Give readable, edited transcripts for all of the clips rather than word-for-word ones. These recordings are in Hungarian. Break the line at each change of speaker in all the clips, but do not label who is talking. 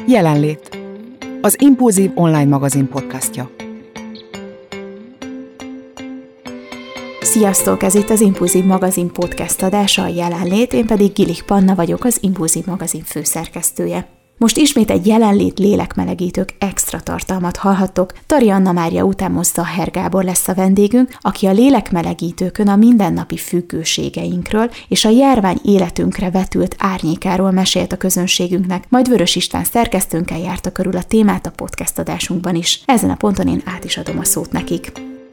Jelenlét. Az Impulzív online magazin podcastja.
Sziasztok! Ez itt az Impulzív magazin podcast adása, a Jelenlét, én pedig Gilich Panna vagyok, az Impulzív magazin főszerkesztője. Most ismét egy Jelenlét lélekmelegítők extra tartalmat hallhattok. Tari Anna Mária után Mozdaher Gábor lesz a vendégünk, aki a lélekmelegítőkön a mindennapi függőségeinkről és a járvány életünkre vetült árnyékáról mesélt a közönségünknek, majd Vörös István szerkesztőnkkel járta körül a témát a podcast adásunkban is. Ezen a ponton én át is adom a szót nekik.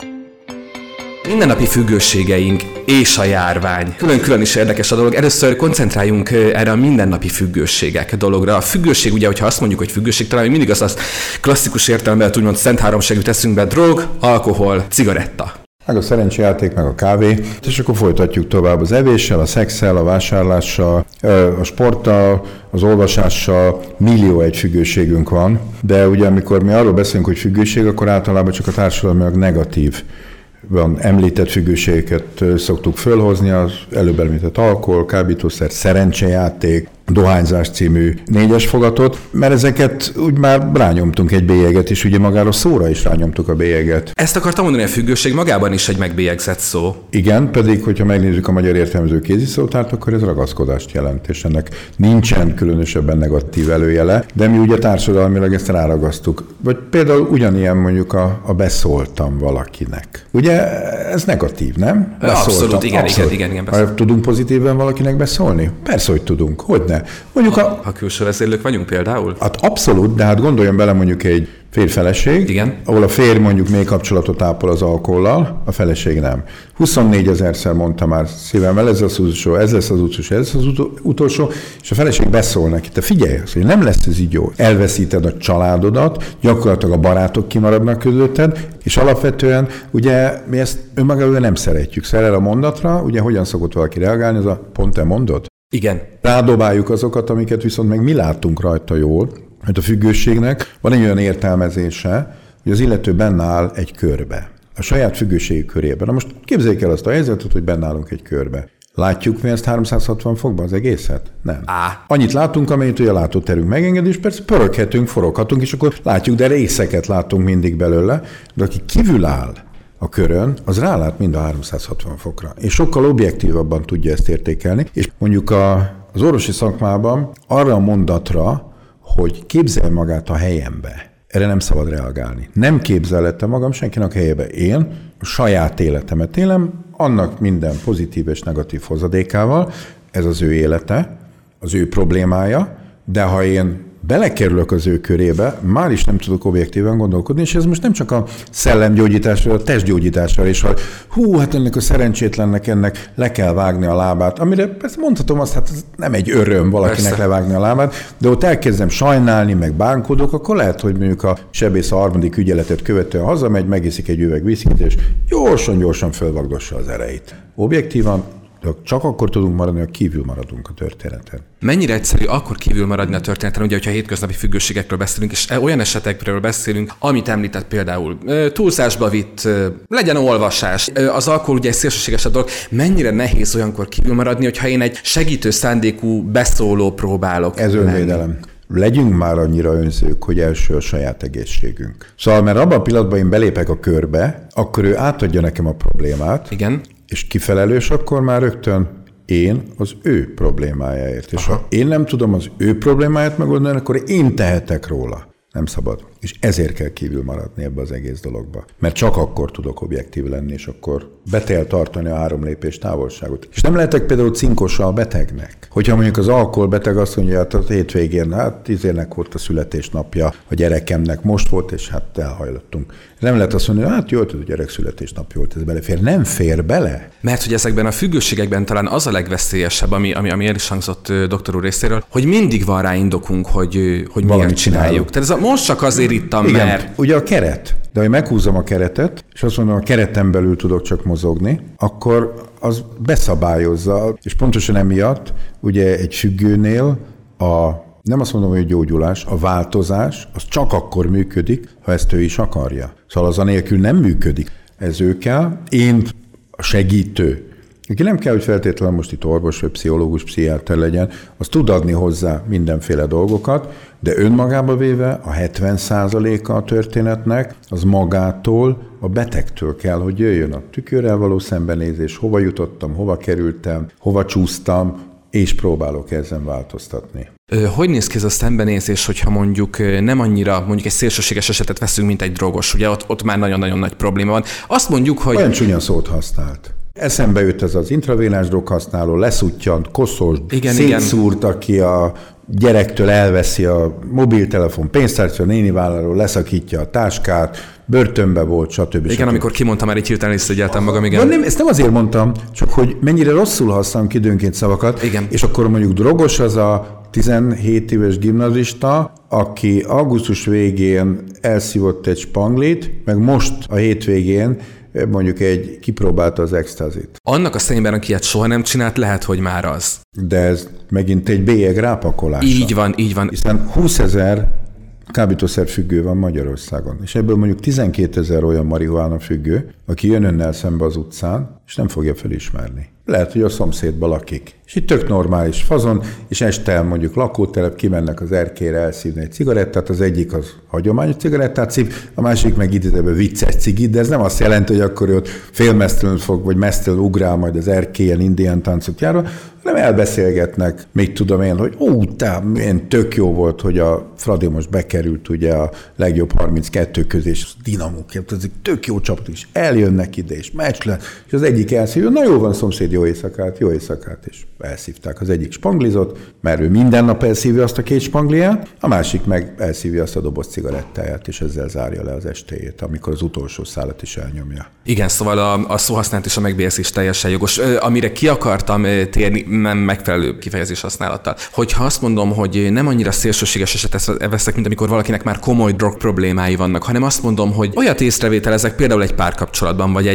Mindennapi függőségeink és a járvány. Külön-külön is érdekes a dolog. Először koncentráljunk erre a mindennapi függőségek dologra. A függőség, ugye, hogyha azt mondjuk, hogy függőség, talán mindig az klasszikus értelemben, úgymond szent háromságú teszünk be: drog, alkohol, cigaretta.
Meg a szerencsejáték, meg a kávé, és akkor folytatjuk tovább az evéssel, a szexsel, a vásárlással, a sporttal, az olvasással. Millió egy függőségünk van, de ugye amikor mi arról beszélünk, hogy függőség, akkor általában csak a társadalmilag negatív említett függőségeket szoktuk fölhozni, az előbb említett alkohol, kábítószer, szerencsejáték, dohányzás című 4-es fogatot, mert ezeket úgy már rányomtunk egy bélyeget, és ugye magára szóra is rányomtuk a bélyeget.
Ezt akartam mondani, a függőség magában is egy megbélyegzett szó.
Igen, pedig, hogyha megnézzük a magyar értelmező kéziszótárt, akkor ez ragaszkodást jelent, és ennek nincsen különösebben negatív előjele, de mi ugye társadalmilag ezt ráragasztuk. Vagy például ugyanilyen mondjuk a beszóltam valakinek. Ugye ez negatív, nem?
Abszolút, igen.
Tudunk pozitívan valakinek beszólni? Persze, hogy tudunk. Hogyne? Mondjuk
ha külső vezérlők vagyunk például?
Hát abszolút, de hát gondoljon bele mondjuk egy férj-feleség,
igen,
ahol a férj mondjuk mély kapcsolatot ápol az alkohollal, a feleség nem. 24 000-szer mondta már szívemmel, ez lesz az utolsó, ez lesz az utolsó, és a feleség beszól neki: te figyelj, hogy nem lesz ez így jó. Elveszíted a családodat, gyakorlatilag a barátok kimaradnak közötted, és alapvetően ugye mi ezt önmagában nem szeretjük. Erre a mondatra, ugye hogyan szokott valaki reagálni, az a pont te mondod?
Igen.
Rádobáljuk azokat, amiket viszont meg mi látunk rajta jól, hogy a függőségnek van egy olyan értelmezése, hogy az illető benne áll egy körbe, a saját függőségi körében. Na most képzeljük el azt a helyzetet, hogy benne állunk egy körbe. Látjuk mi ezt 360 fokban az egészet? Nem. Annyit látunk, amennyit ugye a látóterünk megenged, és persze pöröghetünk, foroghatunk, és akkor látjuk, de részeket látunk mindig belőle, de aki kívül áll a körön, az rálát mind a 360 fokra. És sokkal objektívabban tudja ezt értékelni, és mondjuk az orvosi szakmában arra a mondatra, hogy képzelj magát a helyembe, erre nem szabad reagálni. Nem képzelhettem magam senkinek helyébe. Én a saját életemet élem, annak minden pozitív és negatív hozadékával, ez az ő élete, az ő problémája, de ha én belekerülök az ő körébe, már is nem tudok objektíven gondolkodni, és ez most nem csak a szellemgyógyításra, a testgyógyításra is, hogy hát ennek a szerencsétlennek ennek le kell vágni a lábát, amire persze mondhatom azt, hát ez nem egy öröm valakinek persze levágni a lábát, de ott elkezdem sajnálni, meg bánkodok, akkor lehet, hogy mondjuk a sebész a harmadik ügyeletet követően hazamegy, megiszik egy üveg viszkit, és gyorsan fölvagdossa az erejét. Objektívan csak akkor tudunk maradni, ha kívül maradunk a történeten.
Mennyire egyszerű akkor kívül maradni a történeten, ugye, hogyha hétköznapi függőségekről beszélünk, és olyan esetekről beszélünk, amit említett például túlzásba vitt, legyen olvasás, az alkohol ugye egy szélsőséges dolog. Mennyire nehéz olyankor kívül maradni, hogyha én egy segítő szándékú beszóló próbálok?
Ez önvédelem. Legyünk már annyira önzők, hogy első a saját egészségünk. Szóval, mert abban a pillanatban én belépek a körbe, akkor ő átadja nekem a problémát.
Igen.
És kifelelős akkor már rögtön én az ő problémájáért. És ha én nem tudom az ő problémáját megoldani, akkor én tehetek róla. Nem szabad. És ezért kell kívül maradni ebbe az egész dologba. Mert csak akkor tudok objektív lenni, és akkor be kell tartani a 3 lépés távolságot. És nem lehetek például cinkosa a betegnek. Hogyha mondjuk az alkoholbeteg azt mondja, hát a hétvégén, hát 10-ének volt a születésnapja, a gyerekemnek most volt, és hát elhajlottunk. Nem lehet azt mondani, hát jó, hogy a gyerek születésnapja volt, ez belefér. Nem fér bele.
Mert hogy ezekben a függőségekben talán az a legveszélyesebb, ami el is hangzott doktor úr részéről, hogy mindig van rá indokunk, hogy miért csináljuk. Tehát ez most csak azért ittam,
igen,
mert...
Ugye a keret, de ha meghúzom a keretet, és azt mondom, a kereten belül tudok csak mozogni, akkor az beszabályozza, és pontosan emiatt ugye egy függőnél nem azt mondom, hogy gyógyulás, a változás az csak akkor működik, ha ezt ő is akarja. Szóval az anélkül nem működik. Ez ő kell, én a segítő, Aki nem kell, hogy feltétlenül most itt orvos, vagy pszichológus, pszichiáter legyen, az tud adni hozzá mindenféle dolgokat, de önmagába véve a 70%-a a történetnek az magától, a betegtől kell, hogy jöjjön a tükörrel való szembenézés, hova jutottam, hova kerültem, hova csúsztam, és próbálok ezen változtatni.
Hogy néz ki ez a szembenézés, hogyha mondjuk nem annyira, mondjuk egy szélsőséges esetet veszünk, mint egy drogos, ugye ott már nagyon-nagyon nagy probléma van. Azt mondjuk, hogy...
Olyan csúnya szót használt. Eszembe jött ez az intravénás droghasználó, leszuttyant, koszos, szétszúrt, aki a gyerektől elveszi a mobiltelefon, pénztárcát, néni vállaló, leszakítja a táskát, börtönbe volt, stb.
Igen, amikor kimondtam már egy hirtelen észrevételtem magam, igen.
Nem, ezt nem azért mondtam, csak hogy mennyire rosszul használom ki időnként szavakat,
igen.
És akkor mondjuk drogos az a 17 éves gimnazista, aki augusztus végén elszívott egy spanglit, meg most a hétvégén mondjuk kipróbálta az extazit.
Annak a szemében, aki ilyet soha nem csinált, lehet, hogy már az.
De ez megint egy bélyeg rápakolása.
Így van.
Hiszen 20 000 kábítószerfüggő van Magyarországon, és ebből mondjuk 12 000 olyan marihuána függő, aki jön önnel szembe az utcán, és nem fogja felismerni. Lehet, hogy a szomszédban lakik. És itt tök normális fazon, és este mondjuk lakótelep, kimennek az erkélyre elszívni egy cigarettát, az egyik az hagyományos cigarettát szív, a másik meg idézőben vicces cigit, de ez nem azt jelenti, hogy akkor ott félmeztelenül fog, vagy meztelenül ugrál majd az erkélyen indián táncot járva, hanem elbeszélgetnek, még tudom én, hogy milyen tök jó volt, hogy a Fradi most bekerült ugye a legjobb 32 közé, és Dinamóként, ez egy tök jó csapat is, eljönnek ide, és meccs lesz, és az egyik elszívja, na jó van, szomszéd, jó éjszakát, és elszívták az egyik spanglizot, mert ő minden nap elszívja azt a 2 spangliát, a másik meg elszívja azt a doboz cigarettáját, és ezzel zárja le az estéjét, amikor az utolsó szálat is elnyomja. Igen, szóval a szóhasználat és a megbélyegzés teljesen jogos. Amire ki akartam térni, nem megfelelő kifejezés használattal. Hogyha azt mondom, hogy nem annyira szélsőséges esetet veszek, mint amikor valakinek már komoly drog problémái vannak, hanem azt mondom, hogy olyat észrevételezek például egy párkapcsolatban, vagy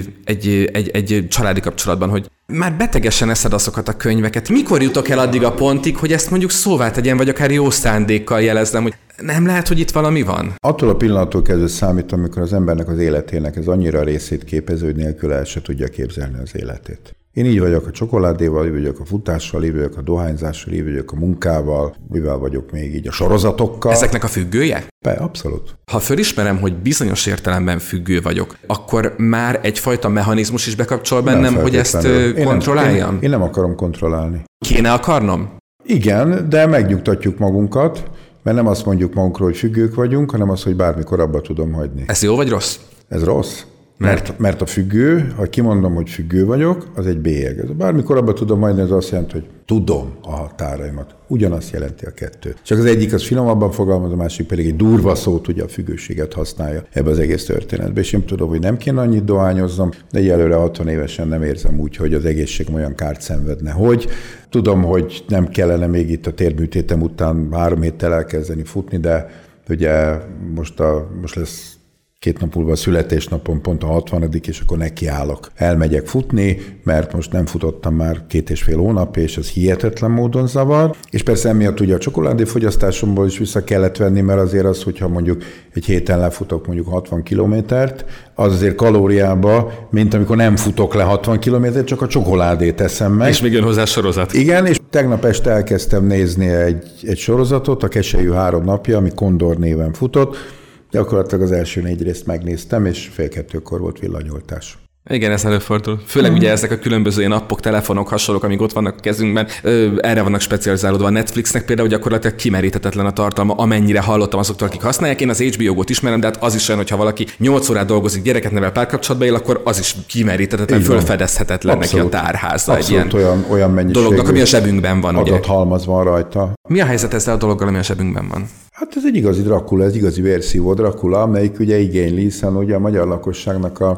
egy családi kapcsolatban, hogy már betegesen eszed azokat a könyveket. Mikor jutok el addig a pontig, hogy ezt mondjuk szóvá tegyen, vagy akár jó szándékkal jelezzem, hogy nem lehet, hogy itt valami van? Attól a pillanattól kezdve számít, amikor az embernek az életének ez annyira részét képező, hogy nélkül el se tudja képzelni az életét. Én így vagyok a csokoládéval, így vagyok a futással, így vagyok a dohányzással, így vagyok a munkával, mivel vagyok még így a sorozatokkal.
Ezeknek a függője?
Abszolút.
Ha fölismerem, hogy bizonyos értelemben függő vagyok, akkor már egyfajta mechanizmus is bekapcsol bennem, hogy ezt kontrolláljam?
Én nem akarom kontrollálni.
Kéne akarnom?
Igen, de megnyugtatjuk magunkat, mert nem azt mondjuk magunkról, hogy függők vagyunk, hanem az, hogy bármikor abba tudom hagyni.
Ez jó vagy rossz?
Ez rossz. Mert a függő, ha kimondom, hogy függő vagyok, az egy bélyeg. Bármikor abba tudom hagyni, ez azt jelenti, hogy tudom a határaimat. Ugyanazt jelenti a kettő. Csak az egyik az finomabban fogalmaz, a másik pedig egy durva szót, ugye a függőséget használja ebbe az egész történetbe. És én tudom, hogy nem kéne annyit dohányoznom, de egyelőre 60 évesen nem érzem úgy, hogy az egészségem olyan kárt szenvedne. Hogy tudom, hogy nem kellene még itt a térműtétem után 3 héttel elkezdeni futni, de ugye most lesz 2 nap múlva a születésnapon, pont a 60. és akkor nekiállok. Elmegyek futni, mert most nem futottam már 2,5 hónap, és ez hihetetlen módon zavar. És persze emiatt ugye a csokoládéfogyasztásomból is vissza kellett venni, mert azért az, hogyha mondjuk egy héten lefutok mondjuk 60 kilométert, az azért kalóriába, mint amikor nem futok le 60 kilométert, csak a csokoládét eszem meg.
És még jön hozzá sorozat.
Igen, és tegnap este elkezdtem nézni egy sorozatot, a Keselyű 3 napja, ami Kondor néven futott. Gyakorlatilag az első 4 részt megnéztem, és 1:30 volt villanyoltás.
Igen, ez előfordul. Főleg ugye ezek a különböző ilyen appok, telefonok, hasonlók, amik ott vannak a kezünkben, erre vannak specializálódva. A Netflixnek például gyakorlatilag kimeríthetetlen a tartalma, amennyire hallottam azoktól, akik használják. Én az HBO Go-t ismerem, de hát az is olyan, hogyha valaki 8 órát dolgozik, gyereket nevel, párkapcsolatba él, akkor az is kimeríthetetlen, fölfedezhetetlen neki a tárháza.
Abszolút olyan mennyiségű
dolognak, ami a zsebünkben van.
Adathalmaz van rajta.
Mi a helyzet ezzel a dologgal, ami a zsebünkben van?
Hát ez egy igazi Dracula, ez igazi vérszívó Dracula, amelyik ugye igényli, hiszen ugye a magyar lakosságnak az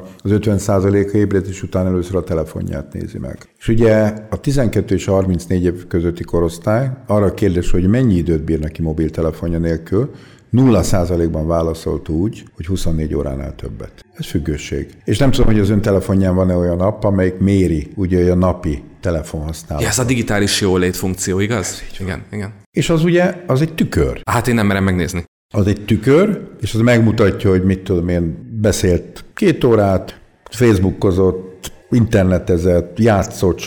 50%-a ébredés után először a telefonját nézi meg. És ugye a 12 és 34 év közötti korosztály arra a kérdés, hogy mennyi időt bírnak ki mobiltelefonja nélkül, 0%-ban válaszolt úgy, hogy 24 óránál többet. Ez függőség. És nem tudom, hogy az ön telefonján van-e olyan app, amelyik méri ugye a napi telefonhasználat.
Ja, ez a digitális jólét funkció, igaz? Igen.
És az ugye, az egy tükör.
Hát én nem merem megnézni.
Az egy tükör, és az megmutatja, hogy mit tudom én, beszélt 2 órát, Facebookozott, internetezett, játszott,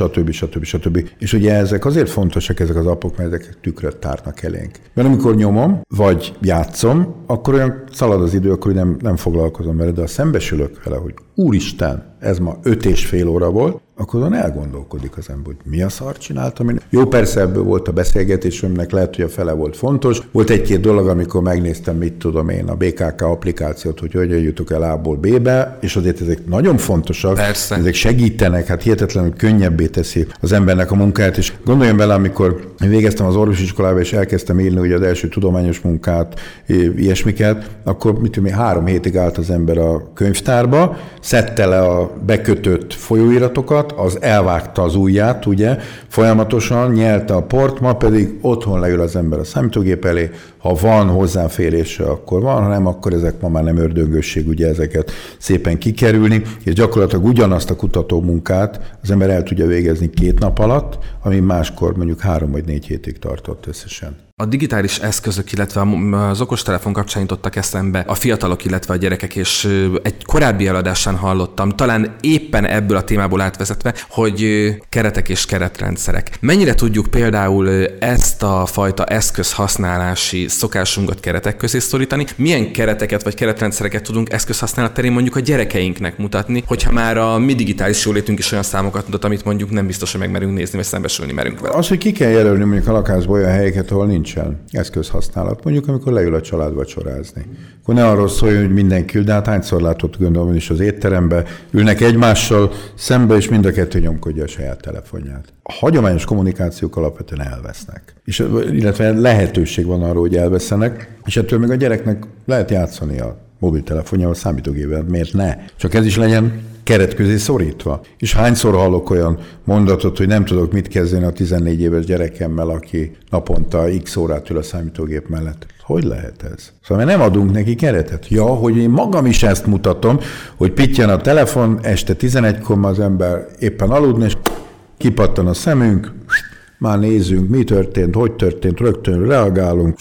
stb. És ugye ezek azért fontosak, ezek az appok, mert ezek tükröt tárnak elénk. Mert amikor nyomom, vagy játszom, akkor olyan szalad az idő, akkor nem foglalkozom vele, de ha szembesülök vele, hogy úristen, ez ma 5,5 óra volt, akkor azon elgondolkodik az ember, hogy mi a szar csináltam én. Jó, persze ebből volt a beszélgetésünknek, lehet, hogy a fele volt fontos. Volt egy-két dolog, amikor megnéztem, mit tudom én, a BKK applikációt, hogy hogyan jutok el A-ból B-be, és azért ezek nagyon fontosak.
Persze.
Ezek segítenek, hát hihetetlenül könnyebbé teszi az embernek a munkáját, és gondoljon bele, amikor végeztem az orvosiskolába, és elkezdtem írni ugye az első tudományos munkát, ilyesmiket, akkor 3 hétig állt az ember a könyvtárba, szedte le a bekötött folyóiratokat, az elvágta az ujját, ugye, folyamatosan nyelte a port, ma pedig otthon leül az ember a számítógép elé, ha van hozzáférése, akkor van, ha nem, akkor ezek ma már nem ördöngösség, ugye ezeket szépen kikerülni, és gyakorlatilag ugyanazt a kutatómunkát az ember el tudja végezni 2 nap alatt, ami máskor mondjuk 3 vagy 4 hétig tartott összesen.
A digitális eszközök, illetve az okostelefon kapcsán jutottak eszembe a fiatalok, illetve a gyerekek, és egy korábbi eladásán hallottam, talán éppen ebből a témából átvezetve, hogy keretek és keretrendszerek. Mennyire tudjuk például ezt a fajta eszközhasználási szokásunkat keretek közé szorítani? Milyen kereteket vagy keretrendszereket tudunk eszközhasználat terén mondjuk a gyerekeinknek mutatni, hogyha már a mi digitális jólétünk is olyan számokat mutat, amit mondjuk nem biztos, hogy megmerünk nézni, vagy szembesülni merünk vele.
Az, hogy ki kell jelölni mondjuk a lakásban olyan helyeket, ahol nincsen eszközhasználat, mondjuk amikor leül a család vacsorázni. Akkor ne arról szóljon, hogy mindenki ül, de hát hányszor látott, gondolom is az étterembe, ülnek egymással szembe, és mind a kettő nyomkodja a saját telefonját. A hagyományos kommunikációk alapvetően elvesznek. Illetve lehetőség van arra, hogy elvesztenek, és ettől még a gyereknek lehet játszani a mobiltelefonjával, számítógéppel, miért ne? Csak ez is legyen keret közé szorítva. És hányszor hallok olyan mondatot, hogy nem tudok mit kezdeni a 14 éves gyerekemmel, aki naponta x órát ül a számítógép mellett. Hogy lehet ez? Szóval nem adunk neki keretet. Ja, hogy én magam is ezt mutatom, hogy pittyen a telefon, este 11-kor az ember éppen aludni, és kipattan a szemünk, már nézzünk, mi történt, hogy történt, rögtön reagálunk,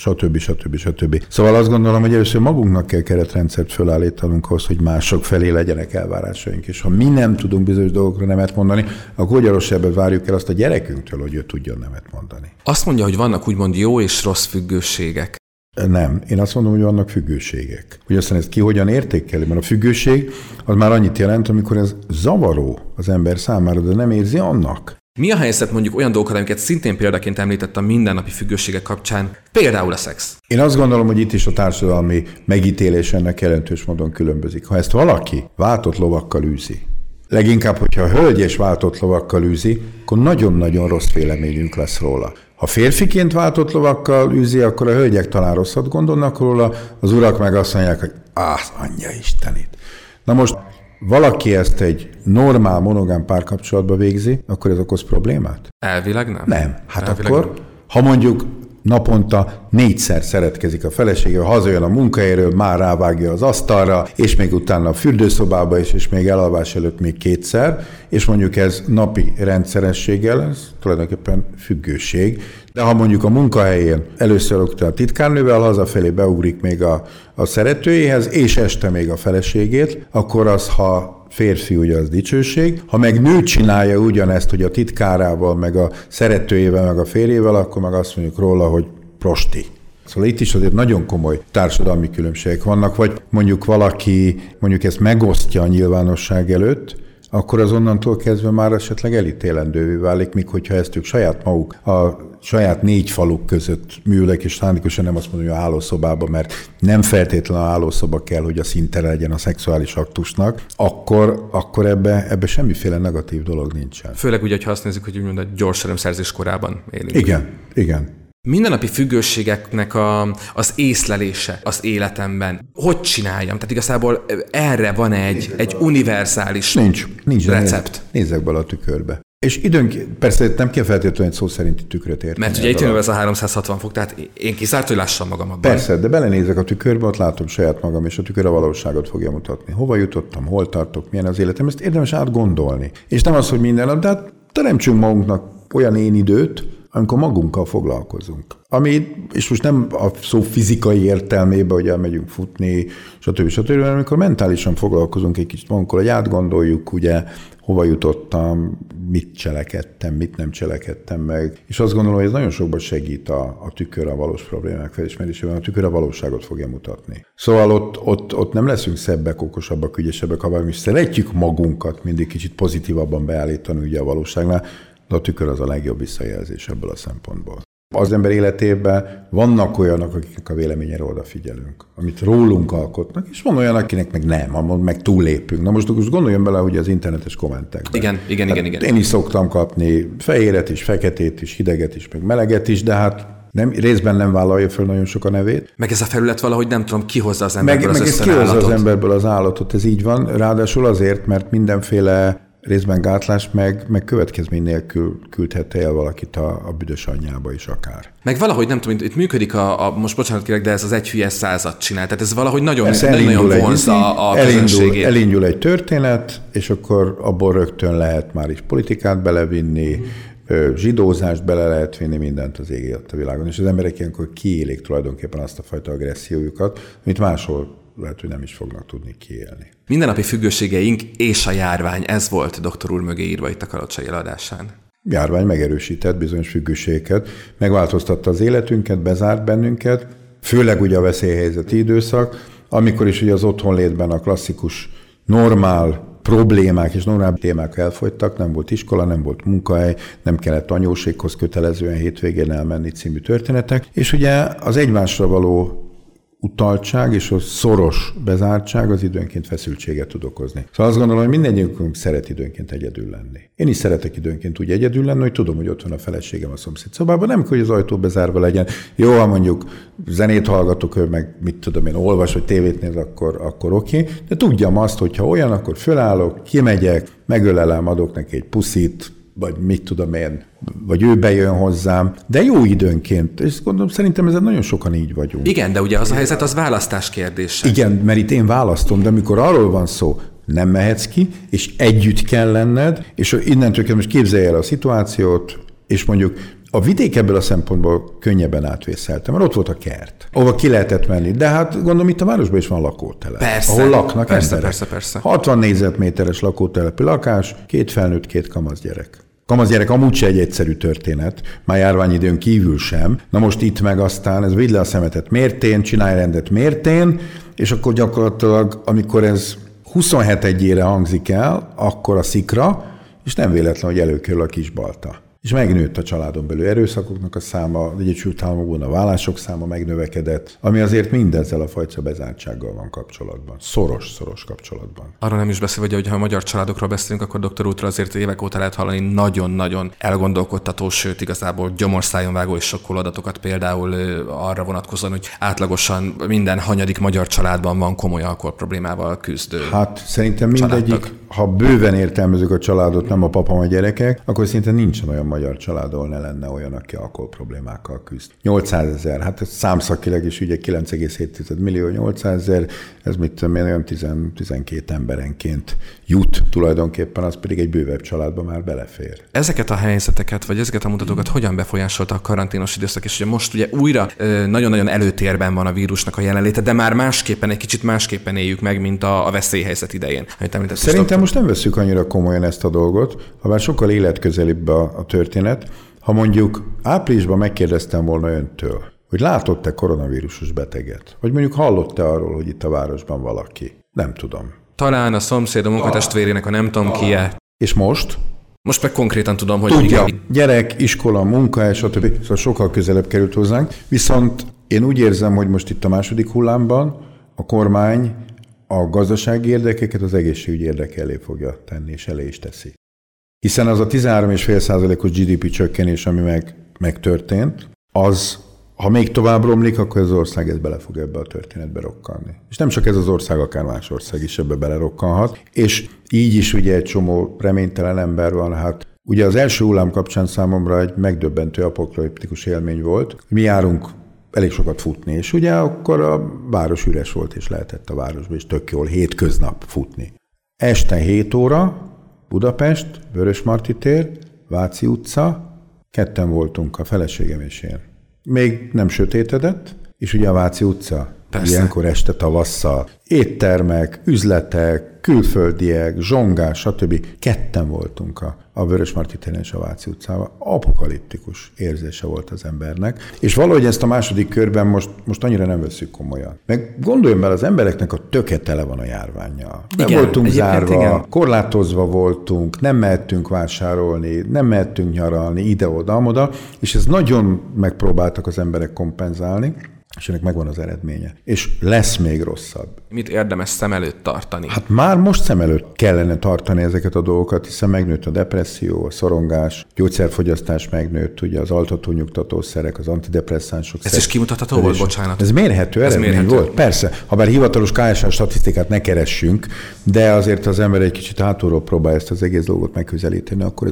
stb. Szóval azt gondolom, hogy először magunknak kell keretrendszert fölállítanunk ahhoz, hogy mások felé legyenek elvárásaink. És ha mi nem tudunk bizonyos dolgokra nemet mondani, akkor ugyanolyan várjuk el azt a gyerekünktől, hogy ő tudjon nemet mondani.
Azt mondja, hogy vannak úgymond jó és rossz függőségek.
Nem. Én azt mondom, hogy vannak függőségek. Hogy aztán ezt ki hogyan értékeli, mert a függőség az már annyit jelent, amikor ez zavaró az ember számára, de nem érzi annak.
Mi a helyzet mondjuk olyan dolgokat, amiket szintén példaként említett a mindennapi függőségek kapcsán, például a szex?
Én azt gondolom, hogy itt is a társadalmi megítélés ennek jelentős módon különbözik. Ha ezt valaki váltott lovakkal űzi, leginkább, hogyha a hölgy és váltott lovakkal űzi, akkor nagyon-nagyon rossz véleményünk lesz róla. Ha férfiként váltott lovakkal űzi, akkor a hölgyek talán rosszat gondolnak róla, az urak meg azt mondják, hogy anyja istenit. Na most valaki ezt egy normál, monogám párkapcsolatba végzi, akkor ez okoz problémát?
Elvileg nem.
Nem. Hát
elvileg
akkor,
nem.
Ha mondjuk naponta 4-szer szeretkezik a feleségével, hazajön a munkahelyről, már rávágja az asztalra, és még utána a fürdőszobába is, és még elalvás előtt még 2-szer, és mondjuk ez napi rendszerességgel, ez tulajdonképpen függőség. De ha mondjuk a munkahelyén először a titkárnővel, hazafelé beugrik még a szeretőjéhez, és este még a feleségét, akkor az, ha férfi, ugye az dicsőség. Ha meg nő csinálja ugyanezt, hogy a titkárával, meg a szeretőjével, meg a férjével, akkor meg azt mondjuk róla, hogy prosti. Szóval itt is azért nagyon komoly társadalmi különbségek vannak, vagy mondjuk valaki ezt megosztja a nyilvánosság előtt, akkor az onnantól kezdve már esetleg elítélendővé válik, míg hogyha ezt ők saját maguk a saját 4 faluk között műlek, és szándékosan nem azt mondom, hogy a hálószobában, mert nem feltétlenül a hálószoba kell, hogy a szintere legyen a szexuális aktusnak, akkor ebbe semmiféle negatív dolog nincsen.
Főleg úgy, hogyha azt nézzük, hogy úgymond a gyors örömszerzés korában élünk.
Igen.
Mindennapi függőségeknek az észlelése az életemben. Hogy csináljam? Tehát igazából erre van egy univerzális
Nincs
recept.
Nézzek bele a tükörbe. És időnként, persze nem kell feltétlenül egy szó szerinti tükröt érteni.
Mert ugye itt jön ez a 360 fok, tehát én kizárt, hogy lássam magam abban.
Persze, de belenézek a tükörbe, ott látom saját magam, és a tükör a valóságot fogja mutatni. Hova jutottam, hol tartok, milyen az életem, ezt érdemes átgondolni. És nem az, hogy minden nap, de hát teremtsünk magunknak olyan én időt, amikor magunkkal foglalkozunk. És most nem a szó fizikai értelmében, hogy elmegyünk futni, stb. Hanem amikor mentálisan foglalkozunk egy kicsit magunkkal, hogy átgondoljuk, ugye, hova jutottam, mit cselekedtem, mit nem cselekedtem meg. És azt gondolom, hogy ez nagyon sokban segít a tükör a valós problémák felismerésében, a tükör a valóságot fogja mutatni. Szóval ott nem leszünk szebbek, okosabbak, ügyesebbek, ha is szeretjük magunkat mindig kicsit pozitívabban beállítani ugye a valóságnál, de a tükör az a legjobb visszajelzés ebből a szempontból. Az ember életében vannak olyanok, akiknek a véleményére odafigyelünk, amit rólunk alkotnak, és van olyan, akinek meg nem, meg túllépünk. Na most gondoljon bele, hogy az internetes kommentekben. Igen. Én is szoktam kapni fehéret is, feketét is, hideget is, meg meleget is, de hát részben nem vállalja föl nagyon sok a nevét.
Meg ez a felület valahogy nem tudom, kihozza az emberből az
összenállatot. Meg ez kihozza az emberből az állatot, ez így van. Ráadásul azért, mert mindenféle részben gátlás, meg következmény nélkül küldhette el valakit a büdös anyjába is akár.
Meg valahogy nem tudom, itt működik most bocsánat kérek, de ez az egy hülye 100-at csinál. Tehát ez valahogy nagyon vonzza a közönségét.
Elindul egy történet, és akkor abból rögtön lehet már is politikát belevinni, zsidózást bele lehet vinni, mindent az ég a világon. És az emberek ilyenkor kiélik tulajdonképpen azt a fajta agressziójukat, amit máshol lehet, hogy nem is fognak tudni kiélni.
Mindennapi függőségeink és a járvány, ez volt doktor úr mögé írva itt a Kalocsai előadásán.
Járvány megerősített bizonyos függőségeket, megváltoztatta az életünket, bezárt bennünket, főleg ugye a veszélyhelyzeti időszak, amikor is ugye az otthonlétben a klasszikus normál problémák és normál témák elfogytak, nem volt iskola, nem volt munkahely, nem kellett anyóséghoz kötelezően hétvégén elmenni című történetek, és ugye az egymásra való utaltság és a szoros bezártság az időnként feszültséget tud okozni. Szóval azt gondolom, hogy mindegyikünk szeret időnként egyedül lenni. Én is szeretek időnként úgy egyedül lenni, hogy tudom, hogy ott van a feleségem a szomszéd szobában, nem hogy az ajtó bezárva legyen. Jó, ha mondjuk zenét hallgatok, ő meg mit tudom én, olvas, vagy tévét néz, akkor oké. De tudjam azt, hogy ha olyan, akkor fölállok, kimegyek, megölelem, adok neki egy puszit, vagy mit tudom én, vagy ő bejön hozzám, de jó időnként, és gondolom, szerintem ezen nagyon sokan így vagyunk.
Igen, de ugye az a helyzet, az választás kérdése.
Igen, mert itt én választom, de amikor arról van szó, nem mehetsz ki, és együtt kell lenned, és innentől kezdve most képzelj el a szituációt, és mondjuk a vidék ebből a szempontból könnyebben átvészeltem, mert ott volt a kert, ahova ki lehetett menni. De hát gondolom, itt a városban is van lakótelep.
Persze.
Ahol laknak
emberek. Persze.
60 négyzetméteres lakótelepi lakás, 2 felnőtt, 2 kamaszgyerek. Kamaszgyerek amúgy se egy egyszerű történet, már járványidőn kívül sem. Na most itt meg aztán, ez vidd le a szemetet mértén, csinálj rendet mértén, és akkor gyakorlatilag, amikor ez 27-ére hangzik el, akkor a szikra, és nem véletlen, hogy előkerül a Kisbalta. És megnőtt a családon belül erőszakoknak a száma, az Egyesült Államokban a vállások száma megnövekedett, ami azért mindezzel a fajta bezártsággal van kapcsolatban. Szoros kapcsolatban.
Arról nem is beszélve, hogy ha a magyar családokról beszélünk, akkor doktor úrtól azért évek óta lehet hallani nagyon-nagyon elgondolkodtató, sőt igazából gyomorszájon vágó és sokkoló adatokat, például arra vonatkozóan, hogy átlagosan minden hanyadik magyar családban van komoly alkoholproblémával küzdő.
Hát szerintem mindegyik, ha bőven értelmezzük a családot, nem a papa, a gyerekek, akkor szinte nincsen olyan magyar család, ahol ne lenne olyan, aki alkoholproblémákkal küzd. 800 000, hát ez számszakileg is ugye 9,7 millió, 800 000, ez mit tudom én, olyan 10-12 emberenként jut tulajdonképpen, az pedig egy bővebb családba már belefér.
Ezeket a helyzeteket, vagy ezeket a mutatókat hogyan befolyásolta a karanténos időszak, és ugye most ugye újra nagyon-nagyon előtérben van a vírusnak a jelenléte, de már másképpen, egy kicsit másképpen éljük meg, mint a veszélyhelyzet idején.
Szerintem most nem vesszük annyira komolyan ezt a dolgot, habár sokkal életközelibb a történet. Ha mondjuk áprilisban megkérdeztem volna öntől, hogy látott-e koronavírusos beteget, vagy mondjuk hallott-e arról, hogy itt a városban valaki? Nem tudom.
Talán a szomszéd a munkatestvérének, a nem tudom ki-e.
És most?
Most meg konkrétan tudom, hogy...
Tudja, gyerek, iskola, munka, stb. Szóval sokkal közelebb került hozzánk. Viszont én úgy érzem, hogy most itt a második hullámban a kormány a gazdasági érdekeket az egészségügyi érdeke elé fogja tenni, és elé is teszi. Hiszen az a 13,5%-os GDP csökkenés, ami megtörtént, az, ha még tovább romlik, akkor az ország ezt bele fog ebbe a történetbe rokkanni. És nem csak ez az ország, akár más ország is ebbe belerokkanhat. És így is ugye egy csomó reménytelen ember van. Hát ugye az első hullám kapcsán számomra egy megdöbbentő apokaliptikus élmény volt. Mi járunk elég sokat futni, és ugye akkor a város üres volt, és lehetett a városba is tök jól hétköznap futni. Este 7 óra, Budapest, Vörösmarty tér, Váci utca, Ketten voltunk, a feleségem és én. Még nem sötétedett, és ugye a Váci utca. Persze. Ilyenkor este tavasszal. Éttermek, üzletek, külföldiek, zsongás, stb. Ketten voltunk a Vörösmarty téren és a Váci utcában. Apokaliptikus érzése volt az embernek. És valahogy ezt a második körben most annyira nem veszük komolyan. Meg gondoljon bele, az embereknek a töke tele van a járvánnyal. Nem voltunk zárva, igen. Korlátozva voltunk, nem mehettünk vásárolni, nem mehettünk nyaralni, ide-oda, és ez nagyon megpróbáltak az emberek kompenzálni, és ennek megvan az eredménye. És lesz még rosszabb.
Mit érdemes szem előtt tartani?
Hát már most szem előtt kellene tartani ezeket a dolgokat, hiszen megnőtt a depresszió, a szorongás, gyógyszerfogyasztás megnőtt, ugye az altató-nyugtatószerek, az antidepresszánsok.
Ez is kimutatható volt, bocsánat.
Ez mérhető eredmény volt, persze. Habár hivatalos KSH statisztikát ne keressünk, de azért az ember egy kicsit hátulról próbál ezt az egész dolgot megközelíteni, akkor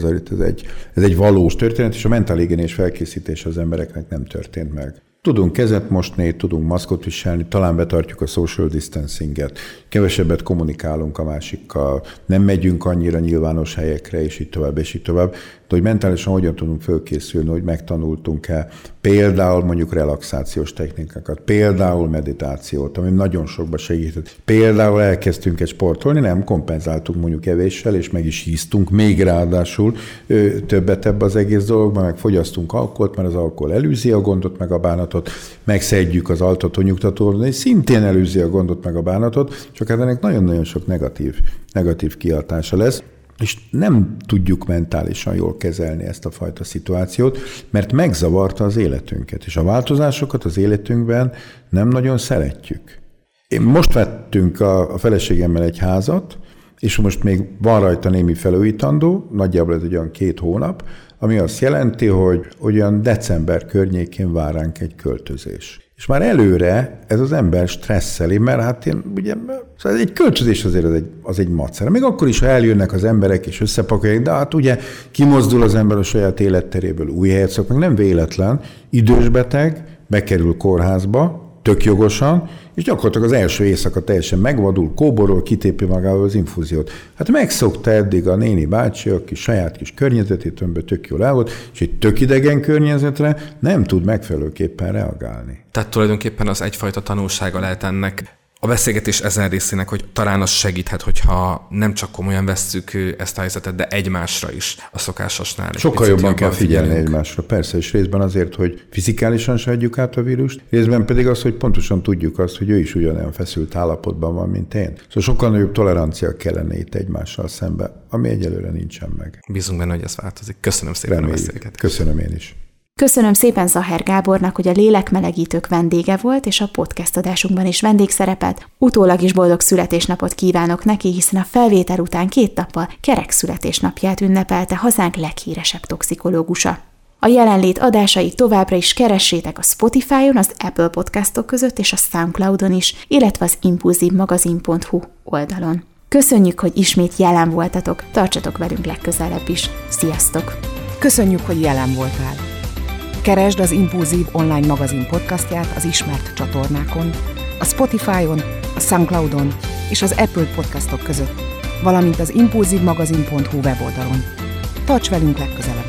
ez egy valós történet, és a mentálhigiénés felkészítés az embereknek nem történt meg. Tudunk kezet mosni, tudunk maszkot viselni, talán betartjuk a social distancinget, kevesebbet kommunikálunk a másikkal, nem megyünk annyira nyilvános helyekre, és így tovább, és így tovább. De hogy mentálisan hogyan tudunk fölkészülni, hogy megtanultunk-e például mondjuk relaxációs technikákat, például meditációt, ami nagyon sokba segített. Például elkezdtünk sportolni, nem kompenzáltunk mondjuk evéssel, és meg is híztunk, még ráadásul többet ebbe az egész dologban, meg fogyasztunk alkoholt, mert az alkohol elűzi a gondot, meg a bánatot, megszedjük az altató-nyugtatót, és szintén elűzi a gondot, meg a bánatot, csak hát ennek nagyon-nagyon sok negatív kihatása lesz. És nem tudjuk mentálisan jól kezelni ezt a fajta szituációt, mert megzavarta az életünket, és a változásokat az életünkben nem nagyon szeretjük. Most vettünk a feleségemmel egy házat, és most még van rajta némi felújítandó, nagyjából ez egy olyan 2 hónap, ami azt jelenti, hogy olyan december környékén vár ránk egy költözés. És már előre ez az ember stresszeli, mert hát szóval egy költözés azért az egy macera. Még akkor is, ha eljönnek az emberek és összepakolják, de hát ugye kimozdul az ember a saját életteréből, új helyet szok, meg nem véletlen, idősbeteg, bekerül kórházba, tök jogosan, és gyakorlatilag az első éjszaka teljesen megvadul, kóborol, kitépi magával az infúziót. Hát megszokta eddig a néni bácsi, aki saját kis környezetét, amiben tök jól el volt, és egy tök idegen környezetre nem tud megfelelőképpen reagálni.
Tehát tulajdonképpen az egyfajta tanulsága lehet ennek a beszélgetés ezen részének, hogy talán az segíthet, hogyha nem csak komolyan vesszük ezt a helyzetet, de egymásra is a szokásosnál.
Sokkal jobban kell figyelni egymásra, persze, és részben azért, hogy fizikálisan se adjuk át a vírust, részben pedig az, hogy pontosan tudjuk azt, hogy ő is ugyanolyan feszült állapotban van, mint én. Szóval sokkal nagyobb tolerancia kellene itt egymással szembe, ami egyelőre nincsen meg.
Bízunk benne, hogy ez változik. Köszönöm szépen a beszélgetést.
Köszönöm én is.
Köszönöm szépen Zaher Gábornak, hogy a Lélekmelegítők vendége volt, és a podcast adásunkban is vendégszerepelt. Utólag is boldog születésnapot kívánok neki, hiszen a felvétel után 2 nappal kerek születésnapját ünnepelte hazánk leghíresebb toxikológusa. A jelenlét adásait továbbra is keressétek a Spotify-on, az Apple podcastok között és a SoundCloudon is, illetve az impulzivmagazin.hu oldalon. Köszönjük, hogy ismét jelen voltatok, tartsatok velünk legközelebb is. Sziasztok!
Köszönjük, hogy jelen voltál! Keresd az Impulzív online magazin podcastját az ismert csatornákon, a Spotify-on, a SoundCloudon és az Apple podcastok között, valamint az impulzivmagazin.hu weboldalon. Tarts velünk legközelebb!